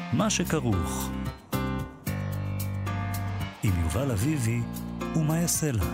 מה שכרוך. עם יובל אביבי ומה יעשה לה.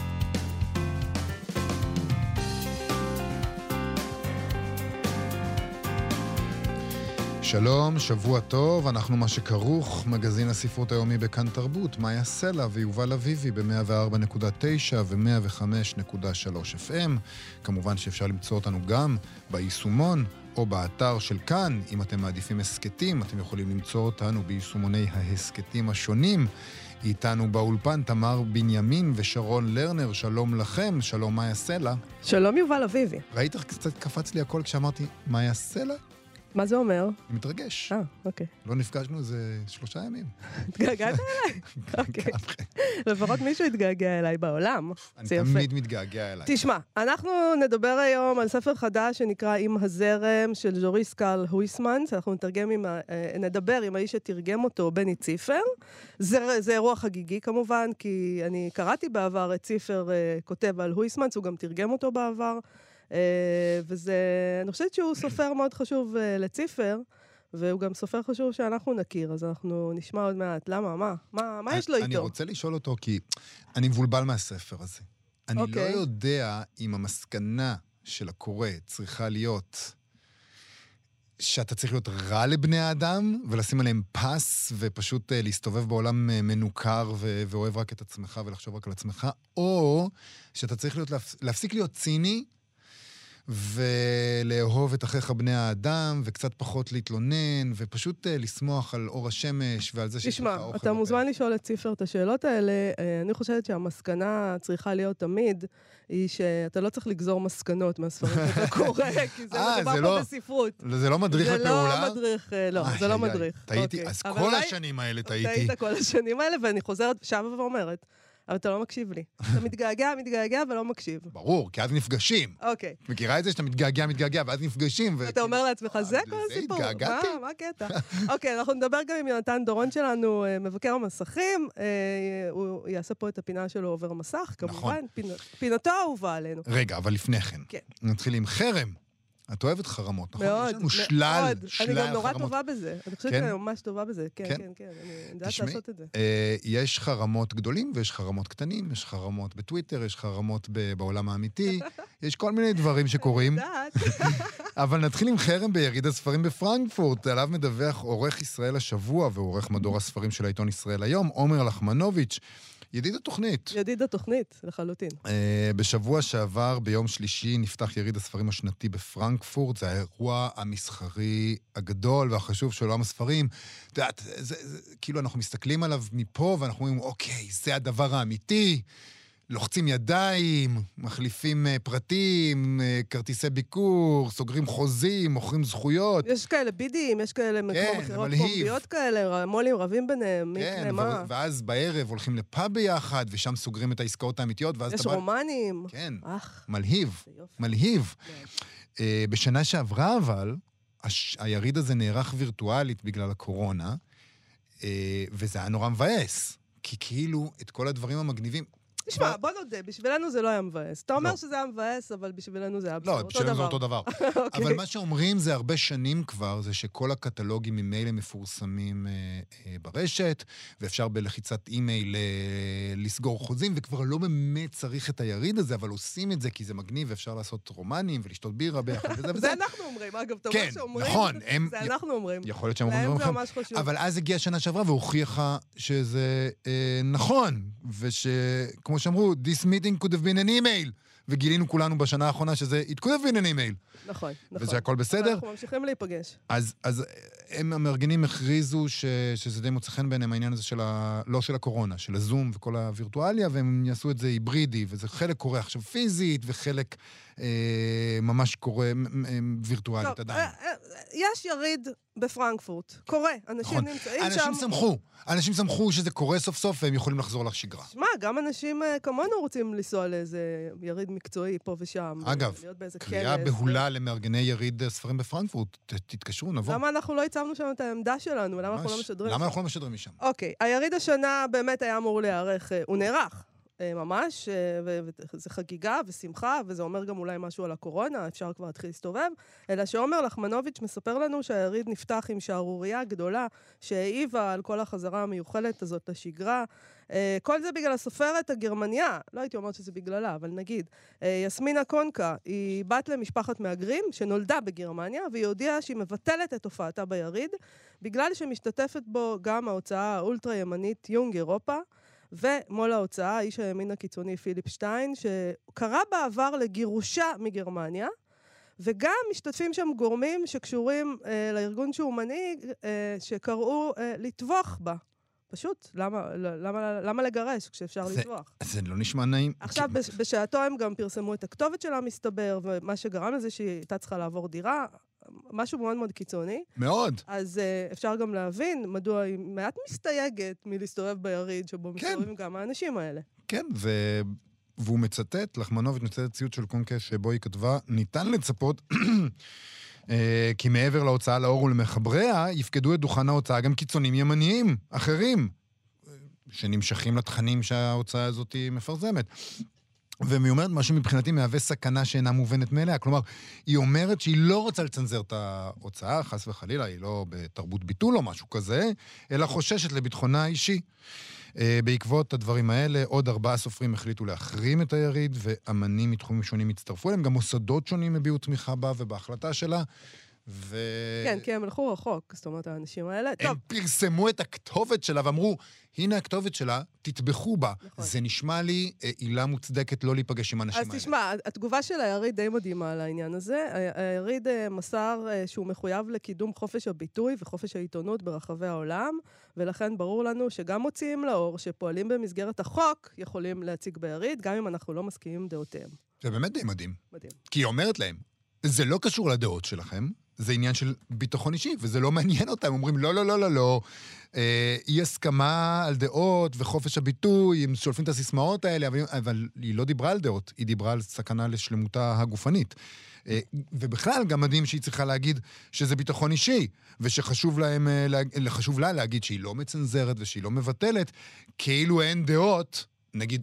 שלום, שבוע טוב, אנחנו מה שכרוך, מגזין הספרות היומי בכאן תרבות, מה יעשה לה ויובל אביבי ב-104.9 ו-105.3 FM. כמובן שאפשר למצוא אותנו גם ביישומון או באתר של כאן. אם אתם מעדיפים הסקטים, אתם יכולים למצוא אותנו ביישומוני ההסקטים השונים. איתנו באולפן תמר בנימין ושרון לרנר, שלום לכם, שלום מה יעשה לה. שלום יובל אביבי. ראית קצת קפץ לי הכל כשאמרתי מה יעשה לה? מה זה אומר? אני מתרגש. אוקיי. לא נפגשנו איזה 3 ימים. התגעגעת אליי? אוקיי. לפחות מישהו התגעגע אליי בעולם. אני תמיד מתגעגע אליי. תשמע, אנחנו נדבר היום על ספר חדש שנקרא עם הזרם של ז'וריס קרל הויסמן. אנחנו נדבר עם האיש שתרגם אותו, בני ציפר. זה אירוע חגיגי כמובן, כי אני קראתי בעבר את ציפר כותב על הויסמן, הוא גם תרגם אותו בעבר. אני חושבת שהוא סופר מאוד חשוב לציפר, והוא גם סופר חשוב שאנחנו נכיר, אז אנחנו נשמע עוד מעט. למה? מה יש לו איתו? אני רוצה לשאול אותו, כי אני מבולבל מהספר הזה. אני לא יודע אם המסקנה של הקורא צריכה להיות שאתה צריך להיות רע לבני האדם, ולשים עליהם פס, ופשוט להסתובב בעולם מנוכר, ואוהב רק את עצמך, ולחשוב רק על עצמך, או שאתה צריך להפסיק להיות ציני, ולאהוב את אחיך בני האדם, וקצת פחות להתלונן, ופשוט לשמוח על אור השמש, ועל זה שיש לך אוכל. תשמע, אתה מוזמן לשאול את ציפר את השאלות האלה. אני חושבת שהמסקנה צריכה להיות תמיד, היא שאתה לא צריך לגזור מסקנות מהספרים שאתה קורא, כי זה מדובר פה בספרות. זה לא מדריך לפעולה? זה לא מדריך. טעיתי, אז כל השנים האלה טעיתי. טעית כל השנים האלה, ואני חוזרת שבה ואומרת, אבל אתה לא מקשיב לי. אתה מתגעגע ולא מקשיב. ברור, כי אז נפגשים. אוקיי. מכירה את זה שאתה מתגעגע, ואז נפגשים. אתה אומר לעצמך, זה כל הסיפור. התגעגעתי? מה הקטע? אוקיי, אנחנו נדבר גם עם יונתן דורון שלנו, מבקר המסכים. הוא יעשה פה את הפינה שלו עובר מסך, כמובן. פינתו אהובה עלינו. רגע, אבל לפני כן. נתחיל עם חרם. את אוהבת חרמות, נכון? מאוד, יש לנו שלל אני גם נורא טובה בזה. אני חושבת שאני ממש טובה בזה. כן. אני יודעת לעשות את זה. יש חרמות גדולים ויש חרמות קטנים, יש חרמות בטוויטר, יש חרמות בעולם האמיתי, יש כל מיני דברים שקורים. אבל נתחיל עם חרם ביריד הספרים בפרנקפורט, עליו מדווח עורך ישראל השבוע ועורך מדור הספרים של העיתון ישראל היום, עומר לחמנוביץ'. ידיד התוכנית, לחלוטין. בשבוע שעבר, ביום שלישי, נפתח יריד הספרים השנתי בפרנקפורט. זה האירוע המסחרי הגדול והחשוב של עולם הספרים. את יודעת, כאילו אנחנו מסתכלים עליו מפה, ואנחנו אומרים, אוקיי, זה הדבר האמיתי. לוחצים ידיים, מחליפים פרטים, כרטיסי ביקור, סוגרים חוזים, מוכרים זכויות. יש כאלה בידים, יש כאלה מכירות פומביות כאלה, מולים רבים ביניהם, כן, ואז בערב הולכים לפאב ביחד, ושם סוגרים את העסקאות האמיתיות, יש רומנים. כן, מלהיב. בשנה שעברה אבל, היריד הזה נערך וירטואלית בגלל הקורונה, וזה היה נורא מבאס, כי כאילו את כל הדברים המגניבים, תשמע, בוא נודה, בשבילנו זה לא היה מבאס. אתה אומר שזה היה מבאס, אבל בשבילנו זה היה לא, בשבילנו זה אותו דבר. אבל מה שאומרים זה הרבה שנים כבר, זה שכל הקטלוגים ממילא מפורסמים ברשת, ואפשר בלחיצת אימייל לסגור חוזים, וכבר לא באמת צריך את היריד הזה, אבל עושים את זה כי זה מגניב, ואפשר לעשות רומנים ולשתות בירה ביחד וזה. זה אנחנו אומרים, אגב, אתה אומר שאומרים. נכון. זה אנחנו אומרים. יכול להיות שהם אומרים לכם. אבל אז הגיעה שנה שעברה והוכיחה שזה נכון, ושכמו שאמרו, this meeting could have been an email, וגילינו כולנו בשנה האחרונה שזה it could have been an email. נכון. וזה הכל בסדר. אנחנו ממשיכים להיפגש. אז הם המארגנים הכריזו שזה די מוצא חן ביניהם העניין הזה לא של הקורונה, של הזום וכל הווירטואליה, והם יעשו את זה היברידי, וזה חלק קורה עכשיו פיזית, וחלק ממש קורה וירטואלית עדיין. יש יריד בפרנקפורט, קורה, אנשים נמצאים שם. אנשים שמחו שזה קורה סוף סוף, והם יכולים לחזור לשגרה. שמע, גם אנשים כמונו רוצים לנסוע לאיזה יריד מקצועי פה ושם. אגב, קריאה בהולה למארגני יריד ספרים בפרנקפורט, תתקשרו, נבוא. למה אנחנו לא הצבנו שם את העמדה שלנו? למה אנחנו לא משדרים? למה אנחנו לא משדרים משם? אוקיי, היריד השנה באמת היה אמור להיערך, הוא נערך. ממש, וזה חגיגה ושמחה, וזה אומר גם אולי משהו על הקורונה, אפשר כבר להתחיל להסתובב, אלא שעומר לחמנוביץ' מספר לנו שהיריד נפתח עם שערוריה גדולה, שהעיבה על כל החזרה המיוחלת הזאת לשגרה. כל זה בגלל הסופרת הגרמניה, לא הייתי אומרת שזה בגללה, אבל נגיד, יסמינה קונקה, היא בת למשפחת מהגרים, שנולדה בגרמניה, והיא הודיעה שהיא מבטלת את הופעתה ביריד, בגלל שמשתתפת בו גם ההוצאה האולטרה ימנית יונג אירופה, ומול ההוצאה, איש הימין הקיצוני פיליפ שטיין, שקרא בעבר לגירושה מגרמניה, וגם משתתפים שם גורמים שקשורים לארגון שהוא מנהיג, שקראו לטבוח בה. פשוט, למה לגרש כשאפשר לטבוח? זה לא נשמע נעים. עכשיו, בשעתו הם גם פרסמו את הכתובת שלה, מסתבר, ומה שגרם לזה שהיא הייתה צריכה לעבור דירה, משהו מאוד מאוד קיצוני. מאוד. אז אפשר גם להבין מדוע היא מעט מסתייגת מלהסתובב ביריד, שבו מסתובבים גם האנשים האלה. כן, והוא מצטט, לחמנוביץ' מצטט ציוט של קונקה, שבו היא כתבה, ניתן לצפות, כי מעבר להוצאה לאור ולמחבריה, יפקדו את דוכן ההוצאה גם קיצונים ימניים אחרים, שנמשכים לתכנים שההוצאה הזאת מפרזמת. והיא אומרת, מה שמבחינתי מהווה סכנה שאינה מובנת מאליה. כלומר, היא אומרת שהיא לא רוצה לצנזר את ההוצאה, חס וחלילה, היא לא בתרבות ביטול או משהו כזה, אלא חוששת לביטחונה האישי. בעקבות הדברים האלה, עוד 4 סופרים החליטו להחרים את היריד, ואמנים מתחומים שונים הצטרפו אליהם, גם מוסדות שונים הביעו תמיכה בה ובהחלטה שלה. כן, כי הם הלכו רחוק, זאת אומרת, האנשים האלה. הם פרסמו את הכתובת שלה ואמרו, הנה הכתובת שלה, תטבחו בה. זה נשמע לי עילה מוצדקת לא להיפגש עם אנשים האלה. אז תשמע, התגובה של היריד די מדהימה על העניין הזה. היריד מסר שהוא מחויב לקידום חופש הביטוי וחופש העיתונות ברחבי העולם, ולכן ברור לנו שגם מוציאים לאור שפועלים במסגרת החוק יכולים להציג ביריד, גם אם אנחנו לא מסכימים עם דעותיהם. זה באמת די מדהים. מדהים. כי היא אומרת להם, זה לא קשור לדעות שלכם, זה עניין של ביטחון אישי, וזה לא מעניין אותם. אומרים, לא, לא, לא, לא, לא. אי הסכמה על דעות וחופש הביטוי, הם שולפים את הסיסמאות האלה, אבל היא לא דיברה על דעות, היא דיברה על סכנה לשלמותה הגופנית. ובכלל גם מדהים שהיא צריכה להגיד שזה ביטחון אישי, ושחשוב לה להגיד שהיא לא מצנזרת ושהיא לא מבטלת, כאילו אין דעות, נגיד,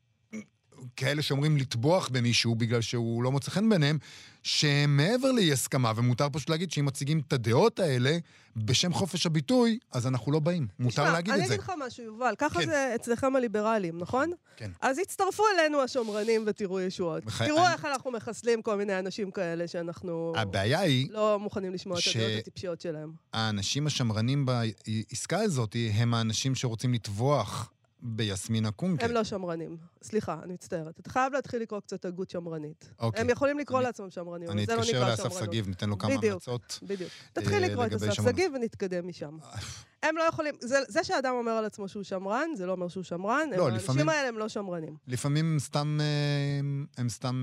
כאלה שאומרים לטבוח במישהו בגלל שהוא לא מוצא חן ביניהם, שמעבר לאי הסכמה, ומותר פשוט להגיד שאם מציגים את הדעות האלה, בשם חופש הביטוי, אז אנחנו לא באים. מותר להגיד את זה. אני אגיד לך משהו, יובל, ככה זה אצלכם הליברלים, נכון? כן. אז הצטרפו אלינו השומרנים ותראו ישועות. תראו איך אנחנו מחסלים כל מיני אנשים כאלה שאנחנו הבעיה היא לא מוכנים לשמוע את הדעות הטיפשיות שלהם. האנשים השמרנים בעסקה הזאת הם האנשים שרוצים לטבוח ביסמינה קונקה. הם לא שמרנים. סליחה, אני מצטערת. אתה חייב להתחיל לקרוא קצת הגות שמרנית. אוקיי. הם יכולים לקרוא לעצמם שמרנים. אני אתקשר לאסף סגיב, ניתן לו כמה המלצות. בדיוק. תתחיל לקרוא את אסף סגיב ונתקדם משם. הם לא יכולים, זה שאדם אומר על עצמו שהוא שמרן, זה לא אומר שהוא שמרן, האנשים האלה הם לא שמרנים. לפעמים הם סתם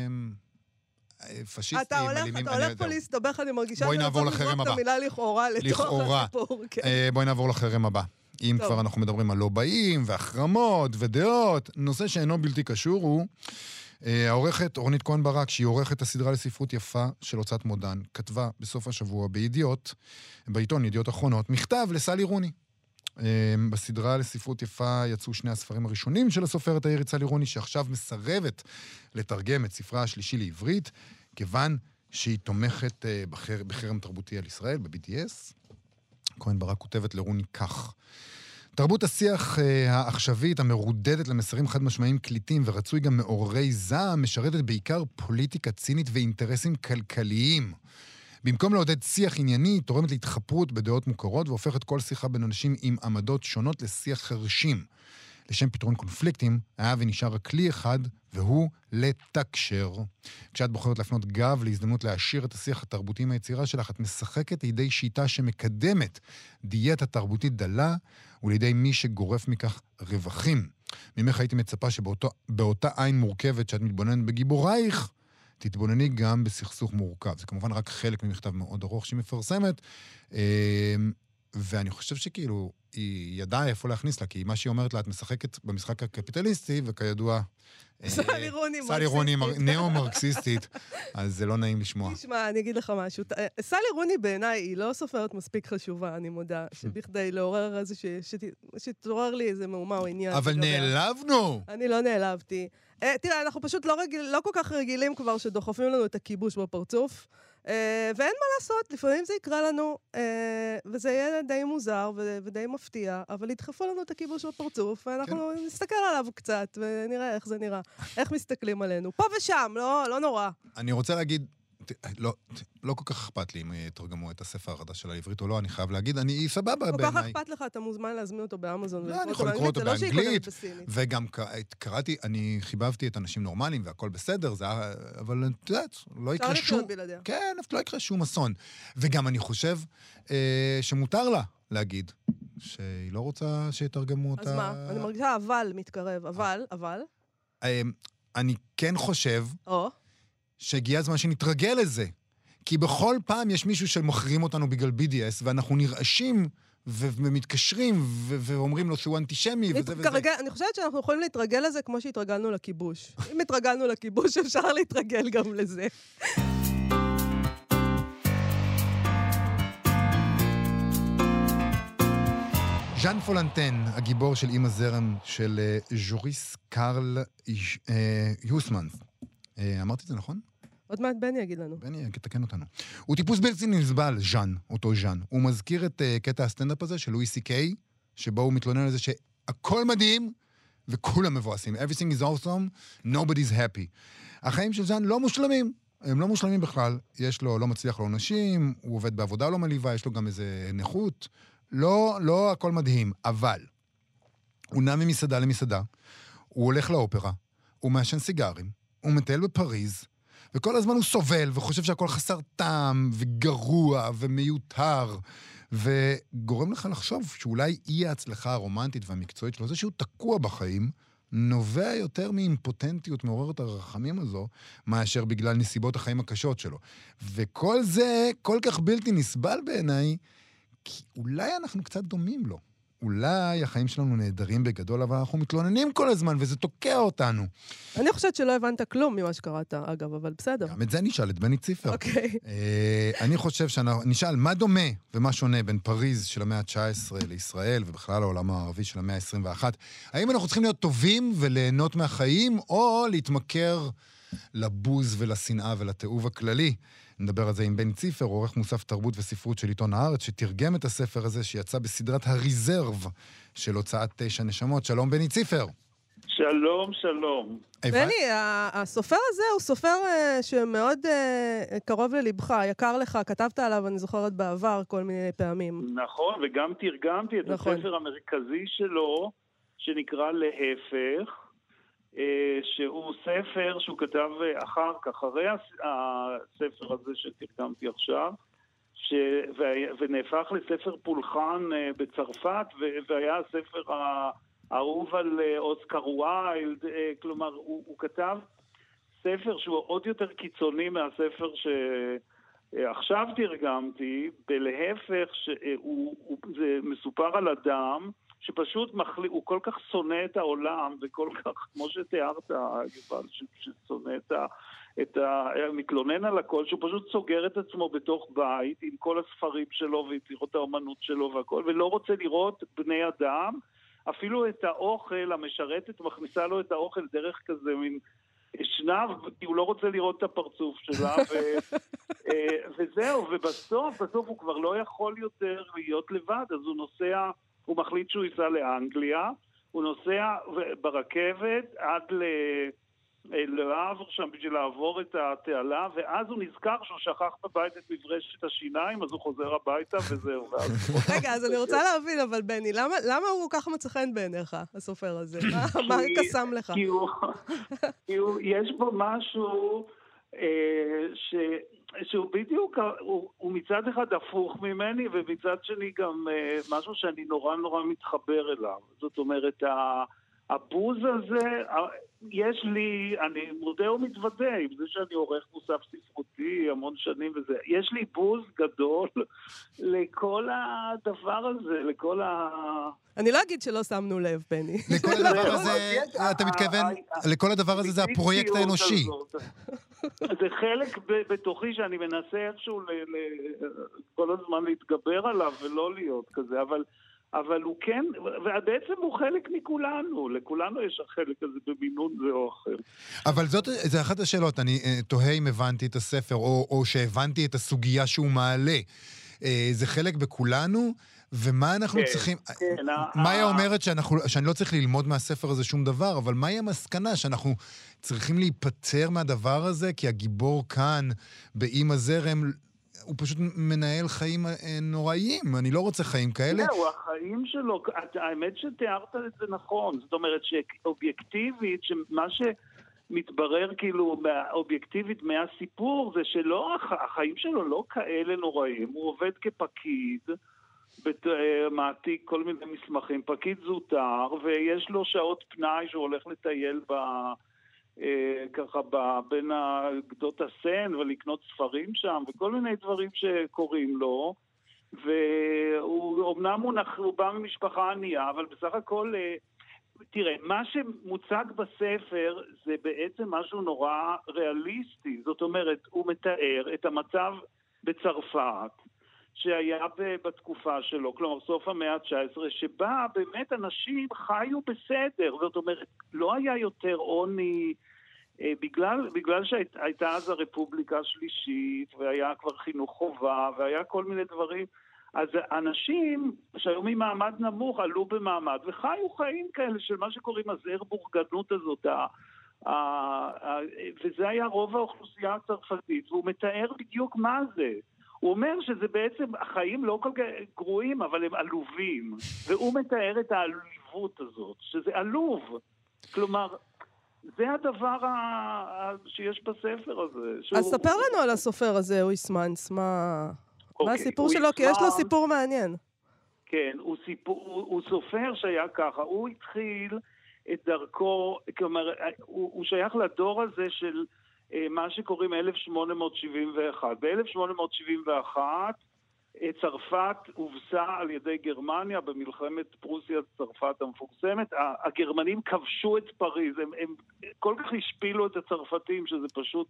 פשיסטים, אתה הולך פה להסתבך, אני מרגישה בואי נעבור לחרם הבא. המילה לכאורה לתוך הסיפור. בואי נעבור לחרם הבא. אם כבר אנחנו מדברים על לא באים, והחרמות, ודעות, נושא שאינו בלתי קשור הוא, העורכת אורנית כהן ברק, שהיא עורכת הסדרה לספרות יפה של הוצאת מודן, כתבה בסוף השבוע בידיעות, בעיתון ידיעות אחרונות, מכתב לסלי רוני. בסדרה לספרות יפה יצאו 2 הספרים הראשונים של הסופרת העירית סלי רוני, שעכשיו מסרבת לתרגם את ספרה השלישי לעברית, כיוון שהיא תומכת בחרם תרבותי על ישראל, ב-BDS. כהן ברק כותבת לרוני כך: תרבות השיח העכשווית המרודדת למסרים חד משמעיים קליטים ורצוי גם מעוררי זעם משרתת בעיקר פוליטיקה צינית ואינטרסים כלכליים. במקום לעודד שיח ענייני, תורמת להתחפרות בדעות מוכרות והופכת כל שיחה בין אנשים עם עמדות שונות לשיח חרשים. לשם פתרון קונפליקטים, היה ונשאר רק כלי אחד, והוא לתקשר. כשאת בוחרת להפנות גב להזדמנות להשאיר את השיח התרבותי עם היצירה שלך, את משחקת לידי שיטה שמקדמת דיאטה תרבותית דלה, ולידי מי שגורף מכך רווחים. ממך הייתי מצפה שבאותה עין מורכבת שאת מתבוננת בגיבורייך, תתבונני גם בסכסוך מורכב. זה כמובן רק חלק ממכתב מאוד ארוך שהיא מפרסמת, ואני חושב שכאילו, היא ידעה איפה להכניס לה, כי מה שהיא אומרת לה, את משחקת במשחק הקפיטליסטי, וכידוע... סלי רוני נאו-מרקסיסטית, אז זה לא נעים לשמוע. תשמע, אני אגיד לך משהו. סלי רוני בעיניי היא לא סופרת מספיק חשובה, אני מודה, שבכדי לעורר איזה שתעורר לי איזה מהומה או עניין. אבל נעלבנו! אני לא נעלבתי. תראה, אנחנו פשוט לא כל כך רגילים כבר שדוחפים לנו את הכיבוש בפרצוף, ואין מה לעשות, לפעמים זה יקרה לנו, וזה יהיה די מוזר ודי מפתיע, אבל ידחפו לנו את הכיבוש בפרצוף, ואנחנו נסתכל עליו קצת, ונראה איך זה נראה, איך מסתכלים עלינו. פה ושם, לא נורא. אני רוצה להגיד, לא כל כך אכפת לי אם יתרגמו את הספר החדש של העברית או לא, אני חייב להגיד, אני סבבה בעיניי. כל כך אכפת לך, אתה מוזמן להזמין אותו באמזון. לא, אני יכול לקרוא אותו באנגלית, וגם קראתי, אני חיבבתי את אנשים נורמליים, והכל בסדר, אבל את יודעת, לא יקרה שום... כן, לא יקרה שום אסון. וגם אני חושב שמותר לה להגיד שהיא לא רוצה שיתרגמו אותה... אז מה? אני מרגישה אבל מתקרב, אבל... אני כן חושב... שהגיע הזמן שנתרגל לזה. כי בכל פעם יש מישהו שמחרים אותנו בגלל BDS, ואנחנו נרעשים ומתקשרים ואומרים לו שהוא אנטישמי וזה וזה. אני חושבת שאנחנו יכולים להתרגל לזה כמו שהתרגלנו לכיבוש. אם התרגלנו לכיבוש, אפשר להתרגל גם לזה. ז'אן פולנטן, הגיבור של אמא זרם של ז'וריס קרל יוסמן. אמרתי את זה נכון? עוד מעט בני יגיד לנו. בני יתקן אותנו. הוא טיפוס בלתי נסבל, ז'אן, אותו ז'אן. הוא מזכיר את קטע הסטנדאפ הזה של לואי סי-קיי, שבו הוא מתלונן על זה שהכל מדהים וכולם מבואסים. Everything is awesome, nobody's happy. החיים של ז'אן לא מושלמים. הם לא מושלמים בכלל. יש לו, לא מצליח לו נשים, הוא עובד בעבודה לא מליבה, יש לו גם איזה נכות. לא הכל מדהים, אבל הוא נע ממסעדה למסעדה, הוא הולך לאופרה, הוא מעשן סיגרים, הוא מטייל בפריז, וכל הזמן הוא סובל וחושב שהכל חסר טעם וגרוע ומיותר, וגורם לך לחשוב שאולי אי ההצלחה הרומנטית והמקצועית שלו, זה שהוא תקוע בחיים, נובע יותר מאימפוטנטיות מעוררת הרחמים הזו, מאשר בגלל נסיבות החיים הקשות שלו. וכל זה כל כך בלתי נסבל בעיניי, כי אולי אנחנו קצת דומים לו. אולי החיים שלנו נהדרים בגדול, אבל אנחנו מתלוננים כל הזמן, וזה תוקע אותנו. אני חושבת שלא הבנת כלום ממה שקראת, אגב, אבל בסדר. גם את זה נשאל, את בני ציפר. אוקיי. אני חושב שנשאל, מה דומה ומה שונה בין פריז של המאה ה-19 לישראל, ובכלל העולם הערבי של המאה ה-21? האם אנחנו צריכים להיות טובים וליהנות מהחיים, או להתמכר לבוז ולשנאה ולתיעוב הכללי? נדבר על זה עם בני ציפר, עורך מוסף תרבות וספרות של עיתון הארץ, שתרגם את הספר הזה שיצא בסדרת הריזרב של הוצאת 9 נשמות. שלום בני ציפר. שלום, שלום. בני, הסופר הזה הוא סופר שמאוד קרוב ללבך, יקר לך, כתבת עליו, אני זוכרת בעבר כל מיני פעמים. נכון, וגם תרגמתי את הספר המרכזי שלו, שנקרא להפך, שהוא ספר שהוא כתב אחר כך, אחרי הספר הזה שתרגמתי עכשיו, ונהפך לספר פולחן בצרפת, והיה הספר האהוב על אוסקר ויילד, כלומר הוא כתב ספר שהוא עוד יותר קיצוני מהספר שעכשיו תרגמתי, בלהפך, זה מסופר על אדם, שפשוט הוא כל כך שונא את העולם, וכל כך, כמו שתיארת, יובל, ששונא את המתלונן על הכל, שהוא פשוט סוגר את עצמו בתוך בית, עם כל הספרים שלו, ויצירות האמנות שלו והכל, ולא רוצה לראות בני אדם, אפילו את האוכל, המשרתת מכניסה לו את האוכל דרך כזה, מין אשנב, כי הוא לא רוצה לראות את הפרצוף שלה, וזהו, ובסוף הוא כבר לא יכול יותר להיות לבד, אז הוא נוסע, הוא מחליט שהוא ייסע לאנגליה, הוא נוסע ברכבת עד לאבר שם בשביל לעבור את התעלה, ואז הוא נזכר שהוא שכח בבית את מברשת השיניים, אז הוא חוזר הביתה וזהו. רגע, אז אני רוצה להבין, אבל בני, למה הוא ככה מצא חן בעיניך, הסופר הזה? מה קסם לך? כי יש בו משהו שהוא בדיוק, הוא מצד אחד הפוך ממני, ומצד שני גם משהו שאני נורא נורא מתחבר אליו. זאת אומרת, הבוז הזה, יש לי, אני מודה ומתוודה, עם זה שאני עורך מוסף ספרותי המון שנים וזה, יש לי בוז גדול לכל הדבר הזה, לכל אני לא אגיד שלא שמנו לב, בני. לכל הדבר הזה, אתה מתכוון, לכל הדבר הזה זה הפרויקט האנושי. זה חלק בתוכי שאני מנסה איכשהו כל הזמן להתגבר עליו ולא להיות כזה, אבל הוא כן, ובעצם הוא חלק מכולנו, לכולנו יש החלק הזה במינון זה או אחר. אבל זה אחת השאלות, אני תוהה אם הבנתי את הספר, או שהבנתי את הסוגיה שהוא מעלה. זה חלק בכולנו, ומה אנחנו צריכים... מאיה אומרת שאני לא צריך ללמוד מהספר הזה שום דבר, אבל מהי המסקנה שאנחנו צריכים להיפטר מהדבר הזה, כי הגיבור כאן, באמא זרם, הוא פשוט מנהל חיים נוראיים. אני לא רוצה חיים כאלה. זהו, החיים שלו, האמת שתיארת את זה נכון. זאת אומרת שאובייקטיבית, שמה שמתברר כאילו אובייקטיבית מהסיפור, זה שלא, החיים שלו לא כאלה נוראים. הוא עובד כפקיד, מעתיק כל מיני מסמכים, פקיד זוטר, ויש לו שעות פנאי שהוא הולך לטייל ככה בין גדות הסן ולקנות ספרים שם וכל מיני דברים שקורים לו, והוא אמנם הוא בא ממשפחה ענייה, אבל בסך הכל תראה, מה שמוצג בספר זה בעצם משהו נורא ריאליסטי. זאת אומרת, הוא מתאר את המצב בצרפת שהיה בתקופה שלו, כלומר סוף המאה ה-19, שבה באמת אנשים חיו בסדר. זאת אומרת, לא היה יותר עוני, בגלל שהייתה אז הרפובליקה השלישית, והיה כבר חינוך חובה, והיה כל מיני דברים. אז אנשים שהיו ממעמד נמוך עלו במעמד, וחיו חיים כאלה של מה שקוראים הזר בורגנות הזאת, וזה היה רוב האוכלוסייה הצרפתית, והוא מתאר בדיוק מה זה. הוא אומר שזה בעצם, החיים לא כל כך גרועים, אבל הם עלובים. והוא מתאר את העלובות הזאת, שזה עלוב. כלומר, זה הדבר שיש בספר הזה. אז ספר לנו על הסופר הזה, הויסמנס, מה הסיפור שלו? כי יש לו סיפור מעניין. כן, הוא סופר שהיה ככה. הוא התחיל את דרכו, כלומר, הוא שייך לדור הזה של מה שקוראים 1871. ב-1871 צרפת הובסה על ידי גרמניה במלחמת פרוסיה-צרפת המפורסמת. הגרמנים כבשו את פריז, הם כל כך השפילו את הצרפתים שזה פשוט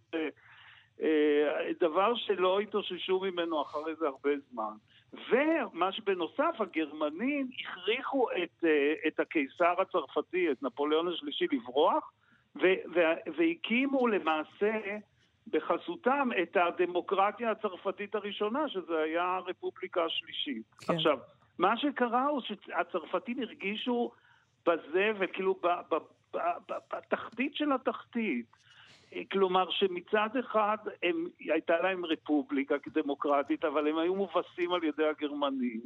דבר שלא התאוששו ממנו אחרי זה הרבה זמן. ומה שבנוסף, הגרמנים הכריחו את הקיסר הצרפתי, את נפוליאון השלישי, לברוח, והקימו למעשה בחסותם את הדמוקרטיה הצרפתית הראשונה, שזה היה הרפובליקה השלישית. כן. עכשיו, מה שקרה הוא שהצרפתים הרגישו בזה, וכאילו בתחתית של התחתית. כלומר שמצד אחד הייתה להם רפובליקה כדמוקרטית, אבל הם היו מובסים על ידי הגרמנים.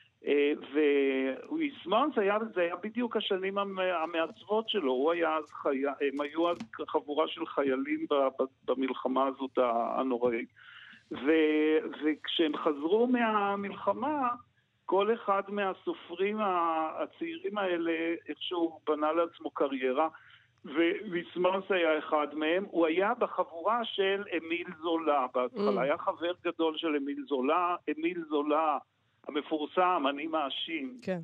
והויסמנס זה היה בדיוק השנים המעצבות שלו. הם היו אז חבורה של חיילים במלחמה הזאת הנוראית. וכשהם חזרו מהמלחמה, כל אחד מהסופרים הצעירים האלה איכשהו בנה לעצמו קריירה, וויסמנס היה אחד מהם. הוא היה בחבורה של אמיל זולה בהתחלה, היה חבר גדול של אמיל זולה. אמיל זולה המפורסם, אני מאשים, כן.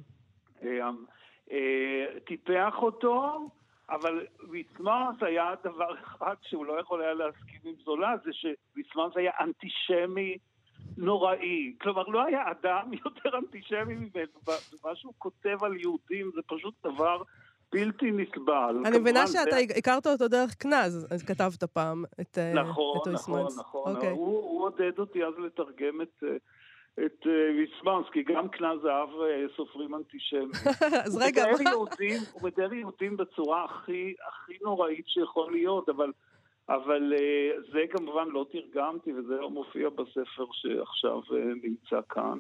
טיפח אותו, אבל ויסמנס היה דבר אחד שהוא לא יכול היה להסכים עם זולה, זה שוויסמנס היה אנטישמי נוראי. כלומר, לא היה אדם יותר אנטישמי ממנו. מה שהוא כותב על יהודים זה פשוט דבר בלתי נסבל. אני מבינה שאתה הכרת אותו דרך כנז, אז כתבת פעם את ויסמנס. נכון. הוא עודד אותי אז לתרגם את ויסמנס, כי גם כנז אהב סופרים אנטישמים. אז רגע, הוא מתאר יהודים בצורה הכי נוראית שיכול להיות, אבל זה כמובן לא תרגמתי, וזה לא מופיע בספר שעכשיו נמצא כאן.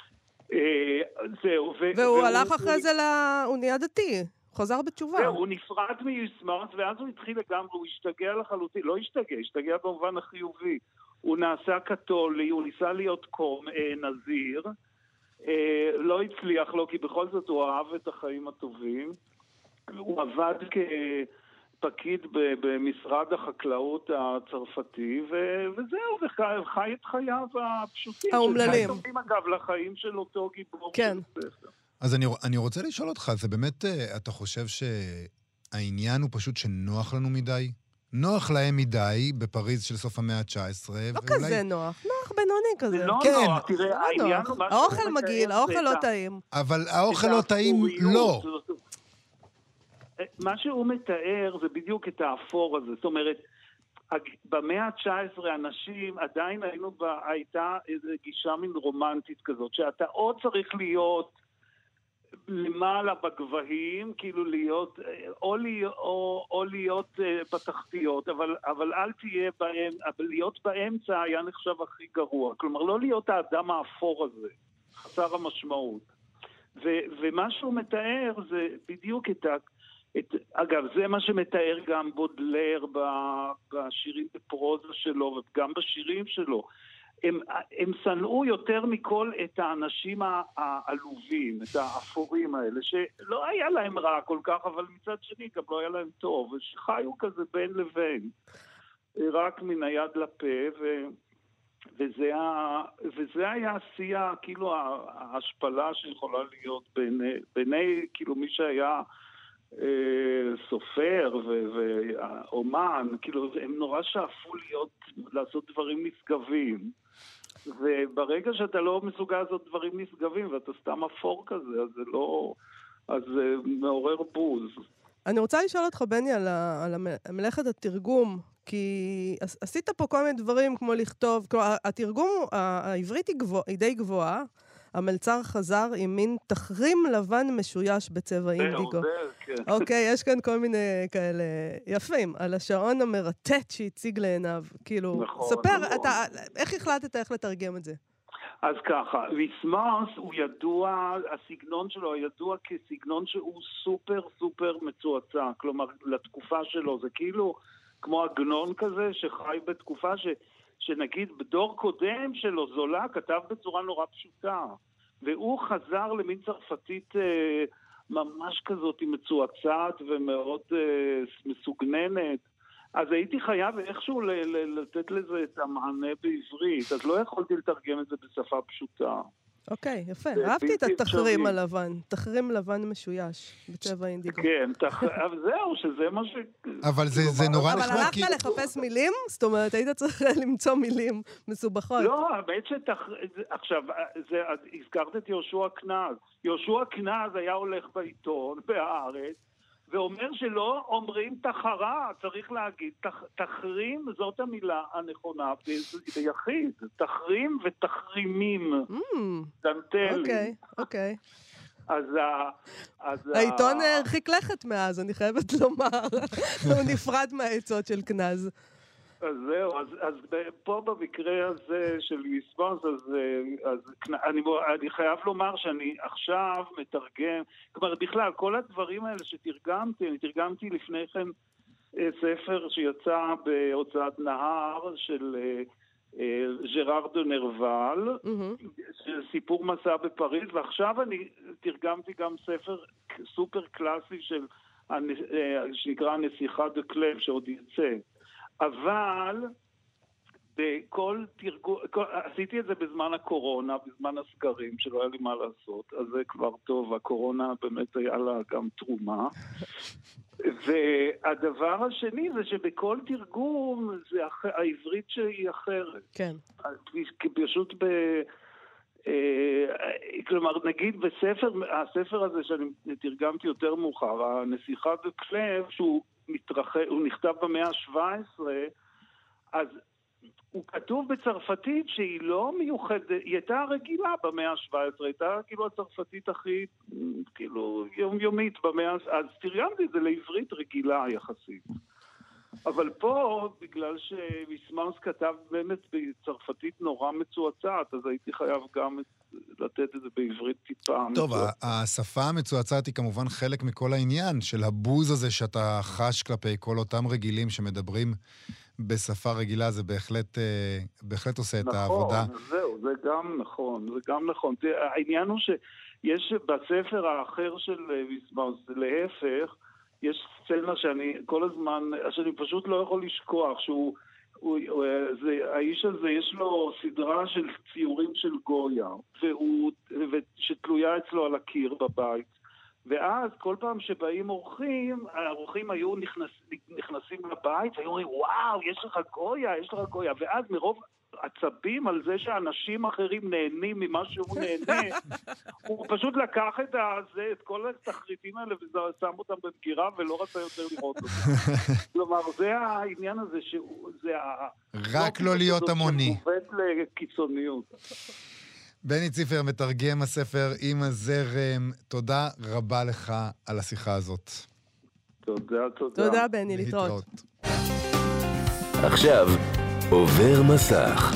זהו. והוא הלך אחרי זה, הוא נהיה דתי. חוזר בתשובה. זהו, הוא נפרד מיוסמנס, ואז הוא התחיל לגמרי, הוא השתגע לחלוטין, לא השתגע במובן החיובי. הוא נעשה קתולי, הוא ניסה להיות נזיר, לא הצליח לו, כי בכל זאת הוא אהב את החיים הטובים. הוא עבד פקיד במשרד החקלאות הצרפתי, וזהו, וחי את חייו הפשוטים. האומללים. שטובים אגב לחיים של אותו גיבור. כן. של ספר. אז אני רוצה לשאול אותך, זה באמת, אתה חושב שהעניין הוא פשוט שנוח לנו מדי? נוח להם מדי בפריז של סוף המאה ה-19. לא כזה נוח, נוח בינוני כזה. זה לא כן. נוח, תראה, העניין הוא... האוכל מגעיל, האוכל לא טעים. אבל האוכל לא טעים, לא. מה שהוא מתאר זה בדיוק את האפור הזה. זאת אומרת, במאה ה-19 אנשים, עדיין הייתה איזו גישה מין רומנטית כזאת, שאתה עוד צריך להיות למעלה בגבהים, כאילו להיות, או להיות בתחתיות, אבל אל תהיה בהם, אבל להיות באמצע היה נחשב הכי גרוע. כלומר, לא להיות האדם האפור הזה, חסר המשמעות. ומה שהוא מתאר זה בדיוק אגב, זה מה שמתאר גם בודלר בשירים בפרוזה שלו, וגם בשירים שלו. הם שנאו יותר מכל את האנשים העלובים, את האפורים האלה, שלא היה להם רע כל כך, אבל מצד שני גם לא היה להם טוב, ושחיו כזה בין לבין, רק מן היד לפה, וזה היה עשייה, כאילו ההשפלה שיכולה להיות ביני, כאילו מי שהיה סופר ואומן, כאילו הם נורא שאפו לעשות דברים נשגבים, וברגע שאתה לא מסוגל לעשות דברים נשגבים ואתה סתם אפור כזה, אז זה לא, אז זה מעורר בוז. אני רוצה לשאול אותך, בני, על מלאכת התרגום, כי עשית פה כל מיני דברים כמו לכתוב, כלומר, התרגום העברית היא די גבוהה, המלצר חזר עם מין תחרים לבן משויש בצבע אינדיגו. אוקיי, יש כאן כל מיני כאלה יפים, על השעון המרטט שהציג לעיניו. כאילו, ספר, איך החלטת איך לתרגם את זה? אז ככה, ויסמאס הוא ידוע, הסגנון שלו ידוע כסגנון שהוא סופר סופר מצועצע, כלומר לתקופה שלו, זה כאילו כמו עגנון כזה שחי בתקופה שנגיד בדור קודם שלו זולה כתב בצורה נורא פשוטה, והוא חזר למין צרפתית ממש כזאת מצועצעת ומאוד מסוגננת, אז הייתי חייב איכשהו לתת לזה את המענה בעברית, אז לא יכולתי לתרגם את זה בשפה פשוטה. אוקיי, יפה. אהבתי את התחרים הלבן. תחרים לבן משויש בצבע אינדיגו. כן, אבל זהו, שזה מה ש... אבל זה נורא נחמד. אבל הלכת לחפש מילים? זאת אומרת, היית צריך למצוא מילים מסובכות. לא, האמת עכשיו, הזכרת את יהושע קנז. יהושע קנז היה הולך בעיתון, בהארץ, ואומר שלא אומרים תחרה, צריך להגיד, תחרים, זאת המילה הנכונה ביחיד, תחרים ותחרימים, דנטלים. אוקיי. אז העיתון הרחיק לכת מאז, אני חייבת לומר, הוא נפרד מהעצות של קנז. אז זהו, אז פה במקרה הזה של ויסמאס, אז אני חייב לומר שאני עכשיו מתרגם, כלומר בכלל כל הדברים האלה שתרגמתי, אני תרגמתי לפני כן ספר שיצא בהוצאת נהר של ז'ראר דה נרוול, סיפור מסע בפריז, ועכשיו אני תרגמתי גם ספר סופר קלאסי שנקרא הנסיכה דה קלב שעוד יצא. אבל בכל תרגום, עשיתי את זה בזמן הקורונה, בזמן הסגרים, שלא היה לי מה לעשות, אז זה כבר טוב, הקורונה באמת היה לה גם תרומה. והדבר השני זה שבכל תרגום, העברית שהיא אחרת. כן. פשוט כלומר, נגיד הספר הזה שאני תרגמתי יותר מאוחר, הנסיכה בקלב, שהוא נכתב במאה ה-17, אז הוא כתוב בצרפתית שהיא לא מיוחדת, היא הייתה רגילה במאה ה-17, הייתה כאילו הצרפתית הכי כאילו יומיומית במאה, אז תרגמתי את זה לעברית רגילה יחסית. אבל פה, בגלל שוויסמאס כתב באמת בצרפתית נורא מצועצעת, אז הייתי חייב גם לתת את זה בעברית טיפה. טוב, השפה המצועצעת היא כמובן חלק מכל העניין של הבוז הזה שאתה חש כלפי כל אותם רגילים שמדברים בשפה רגילה, זה בהחלט עושה את העבודה. נכון, זהו, זה גם נכון, זה גם נכון. העניין הוא שיש בספר האחר של ויסמאס, להפך, יש סלמה שאני כל הזמן, שאני פשוט לא יכול לשכוח, האיש הזה יש לו סדרה של ציורים של גויה, שתלויה אצלו על הקיר בבית. ואז כל פעם שבאים אורחים, האורחים היו נכנסים לבית, והיו אומרים, וואו, יש לך גויה, ואז מרוב עצבים על זה שאנשים אחרים נהנים ממה שהוא נהנה, הוא פשוט לקח את כל התחריטים האלה ושם אותם במגירה ולא רצה יותר לראות אותם. כלומר, זה העניין הזה שזה רק לא להיות המוני. שמובט לקיצוניות. בני ציפר, מתרגם הספר עם הזרם, תודה רבה לך על השיחה הזאת. תודה. תודה בני, להתראות. עכשיו עובר מסך.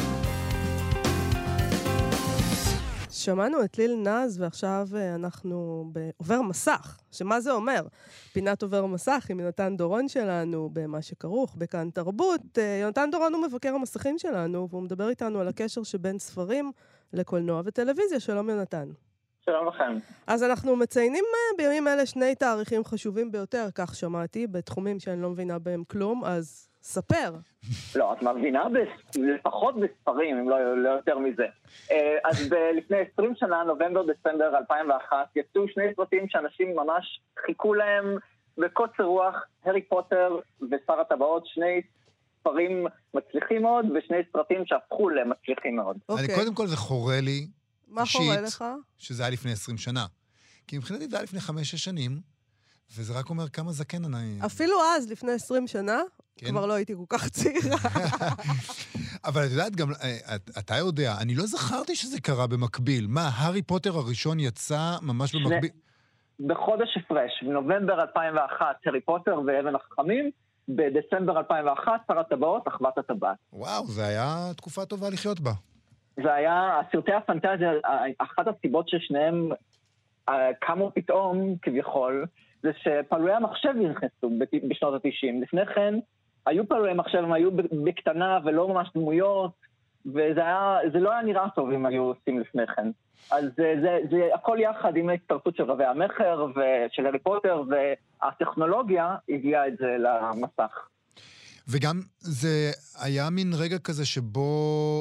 שמענו את ליל נאז ועכשיו אנחנו בעובר מסך. שמה זה אומר? פינת עובר מסך עם יונתן דורון שלנו במה שכרוך, בכאן תרבות. יונתן דורון הוא מבקר המסכים שלנו והוא מדבר איתנו על הקשר שבין ספרים לקולנוע וטלוויזיה. שלום יונתן. שלום לכם. אז אנחנו מציינים בימים אלה שני תאריכים חשובים ביותר, כך שמעתי, בתחומים שאני לא מבינה בהם כלום, אז ספר. לא, את מבינה לפחות בספרים, אם לא יותר מזה. אז לפני 20 שנה, נובמבר, דצמבר 2001, יצאו שני סרטים שאנשים ממש חיכו להם בקוצר רוח, הארי פוטר ושר הטבעות, שני ספרים מצליחים מאוד, ושני סרטים שהפכו למצליחים מאוד. אני קודם כל זה חורה לי, מה חורה לך? שזה היה לפני 20 שנה. כי מבחינתי זה היה לפני 5-6 שנים, וזה רק אומר כמה זקן אני... אפילו אז, לפני 20 שנה, כן? כבר לא הייתי כל כך צעירה. אבל את יודעת גם, אתה יודע, אני לא זכרתי שזה קרה במקביל. מה, הארי פוטר הראשון יצא ממש במקביל? בחודש הפרש, בנובמבר 2001, הארי פוטר ואבן החכמים, בדצמבר 2001, שר הטבעות, אחוות הטבעת. וואו, זה היה תקופה טובה לחיות בה. זה היה, סרטי הפנטזיה, אחת הסיבות ששניהם קמו פתאום, כביכול, זה שפעלויי המחשב נכנסו בשנות ה-90. לפני כן, היו פעלויי מחשב, הם היו בקטנה ולא ממש דמויות, וזה לא היה נראה טוב אם היו עושים לפני כן. אז זה הכל יחד עם ההצטרפות של רבי המחר ושל הארי פוטר, והטכנולוגיה הביאה את זה למסך. וגם זה היה מין רגע כזה שבו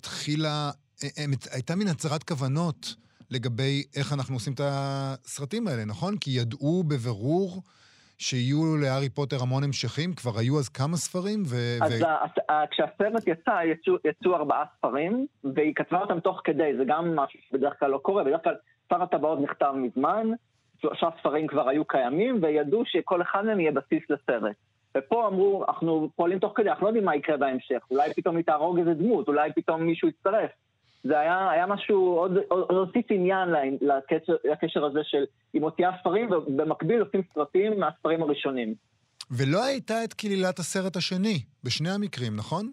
הייתה מין הצהרת כוונות לגבי איך אנחנו עושים את הסרטים האלה, נכון? כי ידעו בבירור שיהיו להארי פוטר המון המשכים, כבר היו אז כמה ספרים אז כשהסרט יצאו 4 ספרים, והיא כתבה אותם תוך כדי, זה גם משהו שבדרך כלל לא קורה, בדרך כלל שר הטבעות נכתב מזמן, 3 ספרים כבר היו קיימים, וידעו שכל אחד מהם יהיה בסיס לסרט. ופה אמרו, אנחנו פועלים תוך כדי, אנחנו לא יודעים מה יקרה בהמשך, אולי פתאום היא תהרוג איזה דמות, אולי פתאום מישהו יצטרף. זה היה משהו, עוד הוסיף עניין לקשר הזה של היא מוציאה ספרים, ובמקביל עושים סרטים מהספרים הראשונים. ולא הייתה את כלילת הסרט השני, בשני המקרים, נכון?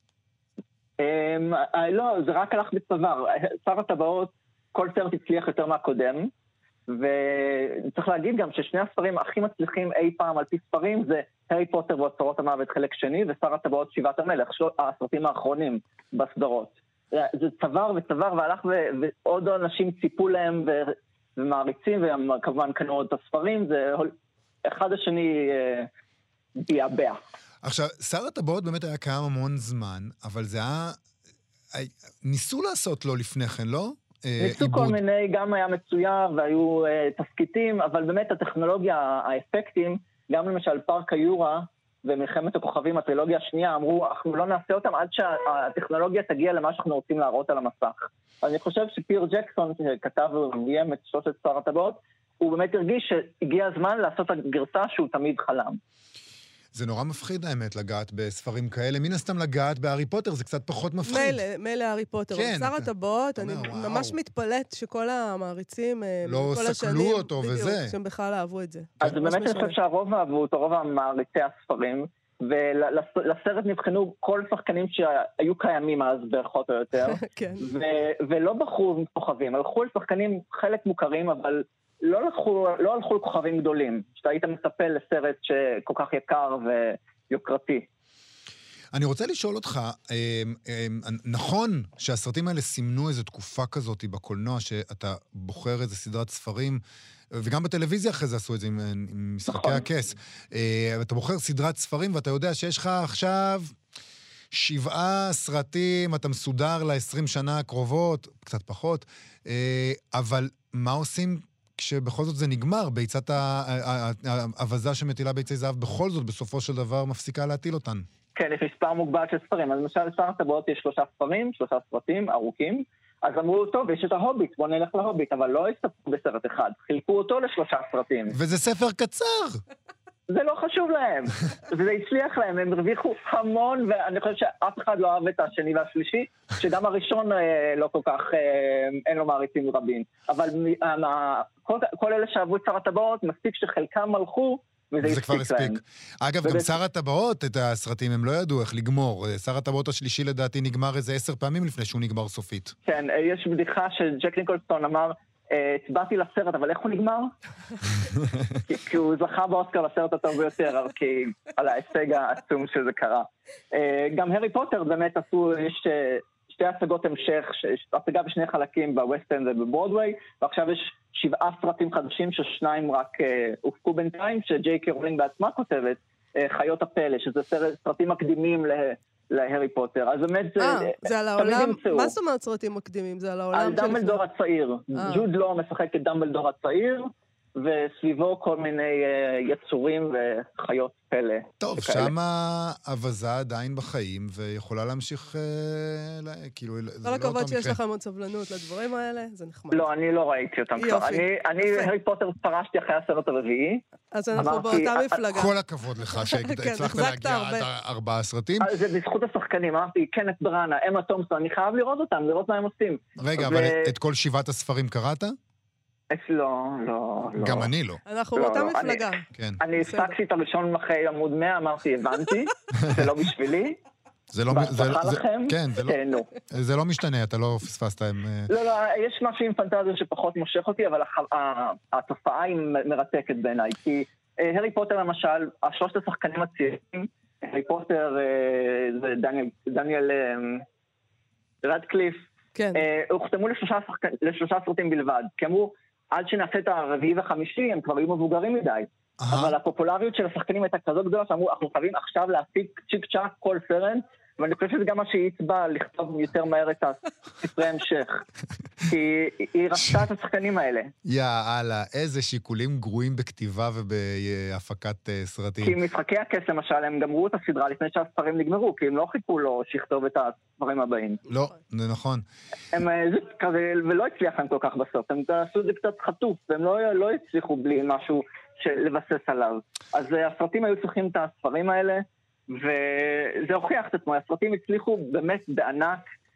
לא, זה רק הלך בצוואר. שר הטבעות, כל סרט הצליח יותר מהקודם, וצריך להגיד גם ששני הספרים הכי מצליחים אי פעם על פי ספרים, זה הארי פוטר ואוצרות המוות חלק שני, ושר הטבעות שבעת המלך, הסרטים האחרונים בסדרות. זה צוואר וצוואר, והלך ועוד אנשים ציפו להם ומעריצים, וכמובן קנו עוד את הספרים, זה אחד השני ביאבע. עכשיו, שר הטבעות באמת היה קיים המון זמן, אבל זה היה... ניסו לעשות לו לפני כן, לא? ניסו כל מיני, גם היה מצויר והיו תפקיטים, אבל באמת הטכנולוגיה, האפקטים, גם למשל פארק היורה ומלחמת הכוכבים, הטרילוגיה השנייה, אמרו, אנחנו לא נעשה אותם עד שהטכנולוגיה תגיע למה שאנחנו רוצים להראות על המסך. אני חושב שפיר ג'קסון, שכתב וביים את 3 שר הטבעות, הוא באמת הרגיש שהגיע הזמן לעשות הגרסה שהוא תמיד חלם. זה נורא מפחיד האמת לגעת בספרים כאלה. מן הסתם לגעת בהארי פוטר זה קצת פחות מפחיד. מילא הארי פוטר. כן, שר הטבעות, אני ממש מתפלט שכל המעריצים... לא סקלו אותו וזה. שהם בכלל אהבו את זה. אז באמת אני חושב שהרוב אהבו אותו, רוב המעריצי הספרים, ולסרט נבחנו כל שחקנים שהיו קיימים אז פחות או יותר, ולא בחרו כוכבים, הלכו לשחקנים חלק מוכרים, אבל לא הלכו לכוכבים גדולים, שאתה היית מצפה לסרט שכל כך יקר ויוקרתי. אני רוצה לשאול אותך, נכון שהסרטים האלה סימנו איזו תקופה כזאת בקולנוע, שאתה בוחר איזו סדרת ספרים, וגם בטלוויזיה אחרי זה עשו את זה עם משחקי הכס. אתה בוחר סדרת ספרים ואתה יודע שיש לך עכשיו 7 סרטים, אתה מסודר ל-20 שנה הקרובות, קצת פחות, אבל מה עושים כשבכל זאת זה נגמר? ביצת האבזה שמטילה ביצי זהב בכל זאת בסופו של דבר מפסיקה להטיל אותן. כן, יש מספר מוגבל של ספרים. אז למשל, שר הטבעות יש 3 ספרים, 3 סרטים ארוכים, אז אמרו, טוב, יש את ההוביט, בוא נלך להוביט, אבל לא הסתפקו בסרט אחד, חילקו אותו ל3 סרטים. וזה ספר קצר! זה לא חשוב להם, וזה הצליח להם, הם הרוויחו המון, ואני חושב שאף אחד לא אוהב את השני והשלישי, שגם הראשון לא כל כך, אין לו מעריצים רבים. אבל כל אלה שאהבו את שר הטבעות, מספיק שחלקם הלכו, וזה כבר הספיק. אגב, גם שר הטבעות, את הסרטים, הם לא ידעו איך לגמור. שר הטבעות השלישי לדעתי נגמר איזה 10 פעמים לפני שהוא נגמר סופית. כן, יש בדיחה שג'ק ניקולסון אמר, הצבעתי לסרט, אבל איך הוא נגמר? כי הוא זכה באוסקר לסרט הטוב ביותר, על ההישג העצום שזה קרה. גם הארי פוטר באמת עשו, יש 2 הצגות המשך, הצגה בשני חלקים בווסט-אנד ובברודוויי, ועכשיו יש 7 סרטים חדשים ש2 רק הופקו בינתיים, שג'יי קיי רולינג בעצמה כותבת, חיות הפלא, שזה סרטים מקדימים להרי פוטר. אז באמת זה על העולם, מה זאת אומרת סרטים מקדימים? זה על העולם על דמבלדור הצעיר. ג'וד לא משחק את דמבלדור הצעיר, וסביבו כל מיני יצורים וחיות פלא. טוב, שמה אבזה עדיין בחיים, ויכולה להמשיך, כאילו, כל הכבוד שיש לכם עוד סבלנות לדברים האלה, זה נחמד. לא, אני לא ראיתי אותם כבר. אני הרי פוטר פרשתי אחרי הסרט הרביעי. אז אנחנו באותה מפלגה. כל הכבוד לך שהצלחת להגיע עד 4 סרטים. זה בזכות השחקנים, אמרתי, קנת בראנה, אמה תומפסון, אני חייב לראות אותם, לראות מה הם עושים. רגע, אבל את כל 7 הספרים קראת? לא. גם אני לא. אנחנו באותה מפלגה. אני הפסקתי את הראשון אחרי עמוד 100, אמרתי, הבנתי, זה לא בשבילי. זה לא משתנה, אתה לא פספסת עם... לא, יש משהו עם פנטזיה שפחות מושך אותי, אבל התופעה היא מרתקת בעיניי, כי הארי פוטר למשל, 3 השחקנים הצעירים, הארי פוטר זה דניאל רדקליף, הוחתמו ל3 סרטים בלבד, כי אמרו, עד שנעשה את הרביעי וחמישי, הם כבר היו מבוגרים מדי. אבל הפופולריות של השחקנים הייתה כזאת גדולה, שאמרו, אנחנו חייבים עכשיו להפיק צ'יק צ'אק כל סרט, ואני חושב שזה גם מה שהצבע לכתוב יותר מהר את הספרי המשך. כי היא רצתה את השחקנים האלה. יאללה, איזה שיקולים גרועים בכתיבה ובהפקת סרטים. כי משחקי הכס למשל, הם גמרו את הסדרה לפני שהספרים נגמרו, כי הם לא חיכו לו שיכתוב את הספרים הבאים. לא, זה נכון. ולא הצליח להם כל כך בסוף, הם עשו את זה קצת חטוף, והם לא הצליחו בלי משהו לבסס עליו. אז הסרטים היו צריכים את הספרים האלה, וזה הוכיח את עצמו, הסרטים הצליחו באמת בענק,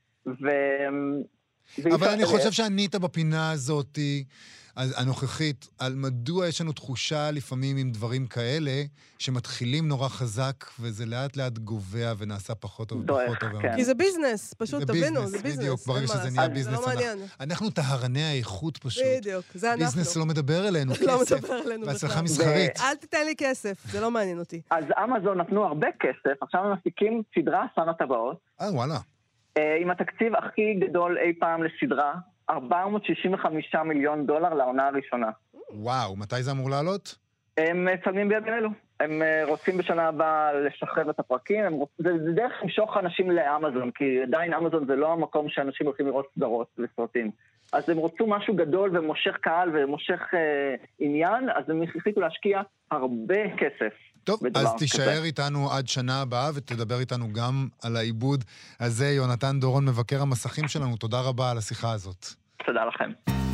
אבל אני חושב שענית בפינה הזאת הנוכחית, על מדוע יש לנו תחושה לפעמים עם דברים כאלה, שמתחילים נורא חזק, וזה לאט לאט גובע ונעשה פחות טוב ופחות טוב. כי זה ביזנס, פשוט תבינו, זה ביזנס. בדיוק, ברגע שזה נהיה ביזנס, אנחנו טהרני האיכות פשוט. בדיוק, זה אנחנו. ביזנס לא מדבר אלינו, לא מדבר אלינו. בהצלחה מסחרית. אל תיתן לי כסף, זה לא מעניין אותי. אז אמזון נתנו הרבה כסף, עכשיו הם מפיקים סדרה, שר הטבעות. וואלה. עם התקציב הכי גדול אי פעם לסדרה, $465 מיליון לעונה הראשונה. וואו, מתי זה אמור לעלות? הם מצלמים בימים אלו. הם רוצים בשנה הבאה לשחרר את הפרקים, זה דרך למשוך אנשים לאמזון, כי עדיין אמזון זה לא המקום שאנשים הולכים לראות סדרות וסרטים. אז הם רוצו משהו גדול ומושך קהל ומושך עניין, אז הם החליטו להשקיע הרבה כסף. טוב, אז תישאר איתנו עד שנה הבאה ותדבר איתנו גם על העיבוד הזה. יונתן דורון, מבקר המסכים שלנו, תודה רבה על השיחה הזאת. תודה לכם.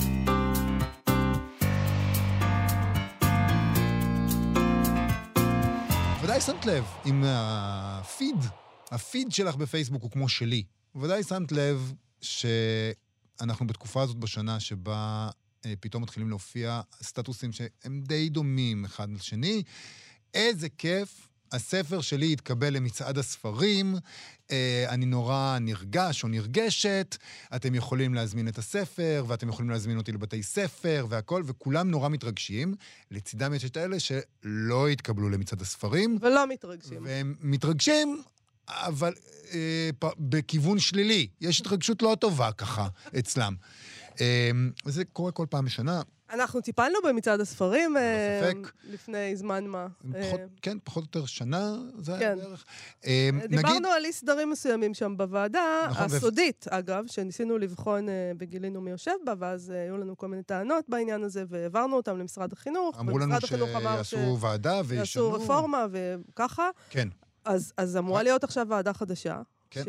ודאי שמת לב, אם הפיד שלך בפייסבוק הוא כמו שלי, ודאי שמת לב שאנחנו בתקופה הזאת בשנה שבה פתאום מתחילים להופיע סטטוסים שהם די דומים אחד לשני. איזה כיף, הספר שלי התקבל למצעד הספרים, אני נורא נרגש או נרגשת, אתם יכולים להזמין את הספר, ואתם יכולים להזמין אותי לבתי ספר והכל, וכולם נורא מתרגשים. לצידם יש את האלה שלא התקבלו למצעד הספרים. ולא מתרגשים. והם מתרגשים, אבל בכיוון שלילי. יש התרגשות לא טובה ככה אצלם. וזה קורה כל פעם בשנה. אנחנו טיפלנו במצעד הספרים לפני זמן מה. כן, פחות או יותר שנה, זה היה בערך. דיברנו על אי סדרים מסוימים שם בוועדה, הסודית, אגב, שניסינו לבחון בגילינו מי יושב בה, ואז היו לנו כל מיני טענות בעניין הזה, והעברנו אותם למשרד החינוך. אמרו לנו שיעשו ועדה וישנו. יעשו רפורמה וככה. כן. אז אמורה להיות עכשיו ועדה חדשה.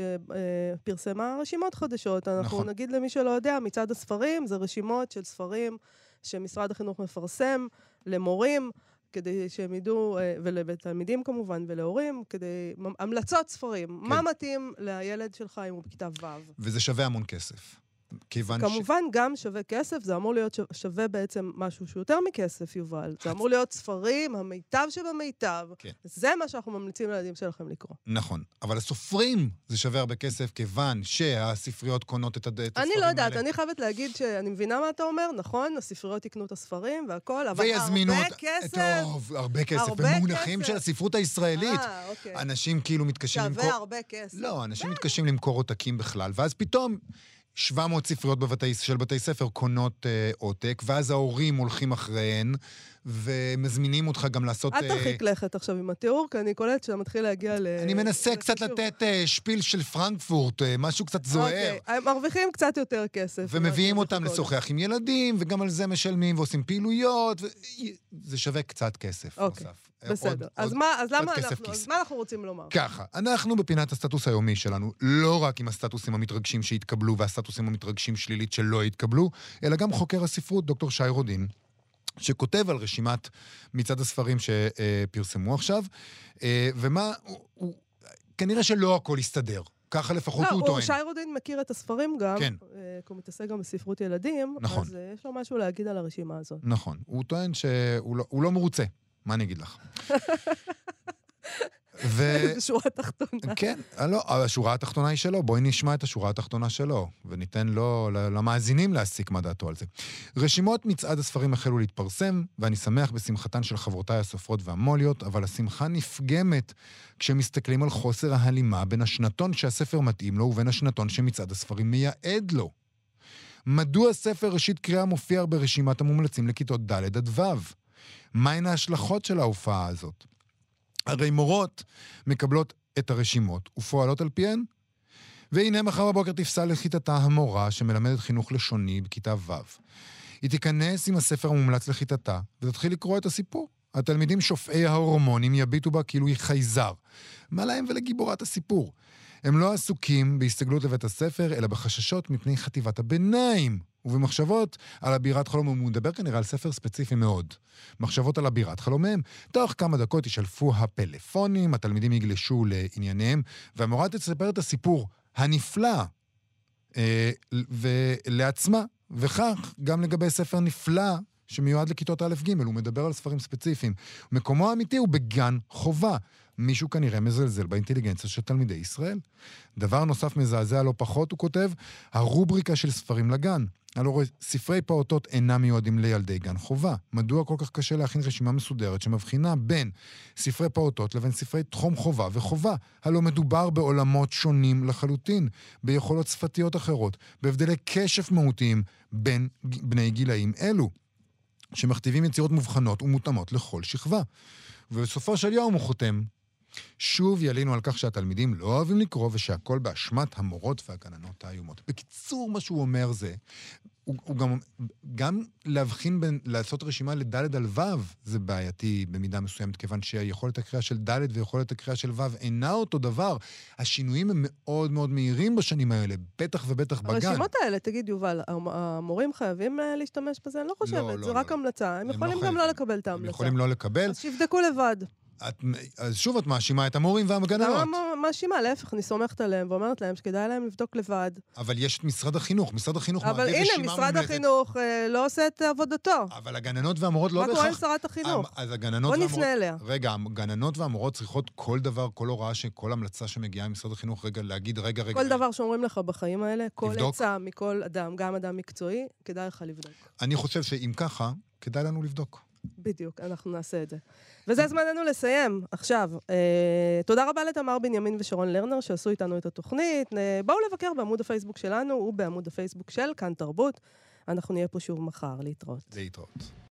שפרסמה רשימות חדשות. אנחנו נגיד למי שלא יודע, מצעד הספרים זה רשימות של ספרים שמשרד החינוך מפרסם למורים, כדי שהם ידעו, ולתלמידים כמובן, ולהורים, כדי המלצות ספרים. מה מתאים לילד שלך אם הוא בכיתה ו'? וזה שווה המון כסף. כמובן גם שווה כסף, זה אמור להיות שווה בעצם משהו שיותר מכסף, יובל. זה אמור להיות ספרים, המיטב שבמיטב. זה מה שאנחנו ממליצים לילדים שלכם לקרוא. נכון, אבל הסופרים זה שווה הרבה כסף, כיוון שהספריות קונות את הספרים האלה. אני לא יודעת, אני חייבת להגיד שאני מבינה מה אתה אומר, נכון, הספריות יקנו את הספרים והכל, אבל הרבה כסף. טוב, הרבה כסף. במונחים של הספרות הישראלית. אנשים כאילו מתקשים למכור. שווה הרבה כסף. לא, אנשים מתקשים למכור עותקים בכלל, ואז פתאום 700 ספריות של בתי ספר קונות עותק, ואז ההורים הולכים אחריהן, ומזמינים אותך גם לעשות... את תרחיק לכת עכשיו עם התיאור, כי אני קולט שאתה מתחיל להגיע אני מנסה קצת לתת שפיל של פרנקפורט, משהו קצת זוהר. הם מרוויחים קצת יותר כסף. ומביאים אותם לשוחח עם ילדים, וגם על זה משלמים ועושים פעילויות, זה שווה קצת כסף נוסף. בסדר. אז למה אנחנו רוצים לומר? ככה, אנחנו בפינת הסטטוס היומי שלנו, לא רק עם הסטטוסים המתרגשים שהתקבלו, והסטטוסים המתרגשים שלילית שלא התקבלו, אלא גם חוקר הספרות, דוקטור שי רודין, שכותב על רשימת מצעד הספרים שפרסמו עכשיו, ומה, כנראה שלא הכל יסתדר. ככה לפחות הוא טוען. שי רודין מכיר את הספרים גם, כי הוא מתעסק גם בספרות ילדים, אז יש לו משהו להגיד על הרשימה הזאת. נכון, הוא טוען שהוא לא מרוצה. מה אני אגיד לך? שורה תחתונה. כן, לא, השורה התחתונה היא שלו. בואי נשמע את השורה התחתונה שלו, וניתן לו, למאזינים להסיק מה דעתו על זה. רשימות מצעד הספרים החלו להתפרסם, ואני שמח בשמחתן של חברותיי הסופרות והמוליות, אבל השמחה נפגמת כשמסתכלים על חוסר ההלימה בין השנתון שהספר מתאים לו, ובין השנתון שמצעד הספרים מייעד לו. מדוע ספר ראשית קריאה מופיע ברשימת המומלצים לכיתות ד' עד ו'? מהן ההשלכות של ההופעה הזאת? הרי מורות מקבלות את הרשימות ופועלות על פיהן. והנה מחר בבוקר תפסה לכיתתה המורה שמלמדת חינוך לשוני בכיתה ו'. היא תיכנס עם הספר המומלץ לכיתתה ותתחיל לקרוא את הסיפור. התלמידים שופעי ההורמונים יביטו בה כאילו היא חייזר. מה להם ולגיבורת הסיפור? הם לא עסוקים בהסתגלות לבית הספר, אלא בחששות מפני חטיבת הביניים. ובמחשבות על הבירת חלום, הוא מדבר כנראה על ספר ספציפי מאוד. מחשבות על הבירת חלומיהם. תוך כמה דקות ישלפו הפלאפונים, התלמידים יגלשו לענייניהם, והמורה תספר את הסיפור הנפלא ולעצמה, וכך גם לגבי ספר נפלא שמיועד לכיתות א' ג', הוא מדבר על ספרים ספציפיים. מקומו האמיתי הוא בגן חובה. מישהו כנראה מזלזל באינטליגנציה של תלמידי ישראל. דבר נוסף מזעזע לא פחות, הוא כותב, הרובריקה של ספרים לגן. הלוא ספרי פעוטות אינם מיועדים לילדי גן חובה. מדוע כל כך קשה להכין רשימה מסודרת שמבחינה בין ספרי פעוטות לבין ספרי תחום חובה וחובה? הלוא מדובר בעולמות שונים לחלוטין, ביכולות שפתיות אחרות, בהבדלי קשף מהותיים בין בני גילאים אלו, שמכתיבים יצירות מובחנות ומותאמות לכל שכבה. ובסופו של יום הוא חותם, שוב ילינו על כך שהתלמידים לא אוהבים לקרוא ושהכל באשמת המורות והגננות האיומות. בקיצור, מה שהוא אומר זה, הוא גם להבחין בין, לעשות רשימה לד' על ו' זה בעייתי במידה מסוימת, כיוון שיכולת הקריאה של ד' ויכולת הקריאה של ו' אינה אותו דבר. השינויים הם מאוד מאוד מהירים בשנים האלה, בטח ובטח בגן. הרשימות האלה, תגיד יובל, המורים חייבים להשתמש בזה? אני לא חושבת, זה רק המלצה. הם יכולים גם לא לקבל את ההמלצה. הם יכולים לא לקבל. אז שיבדקו לבד. אז שוב את מאשימה את המורים והגננות. למה מאשימה? להפך, אני סומכת עליהם ואומרת להם שכדאי להם לבדוק לבד. אבל יש את משרד החינוך. משרד החינוך מעביר רשימה מומלצת. אבל הנה, משרד החינוך לא עושה את עבודתו. אבל הגננות והמורות לא בהכרח... מה קורה עם שרת החינוך? בוא נפנה אליה. רגע, הגננות והמורות צריכות כל דבר, כל הוראה, כל המלצה שמגיעה ממשרד החינוך, להגיד רגע. כל דבר שאומרים לך בחיים האלה, כל עצה מכל אדם, גם אדם מקצועי, כדאי לך לבדוק. אני חושב שאם ככה, כדאי לנו לבדוק. בדיוק, אנחנו נעשה את זה. וזה זמננו לסיים. עכשיו, תודה רבה לתמר בנימין ושרון לרנר שעשו איתנו את התוכנית. בואו לבקר בעמוד הפייסבוק שלנו ובעמוד הפייסבוק של כאן תרבות. אנחנו נהיה פה שוב מחר. להתראות. להתראות.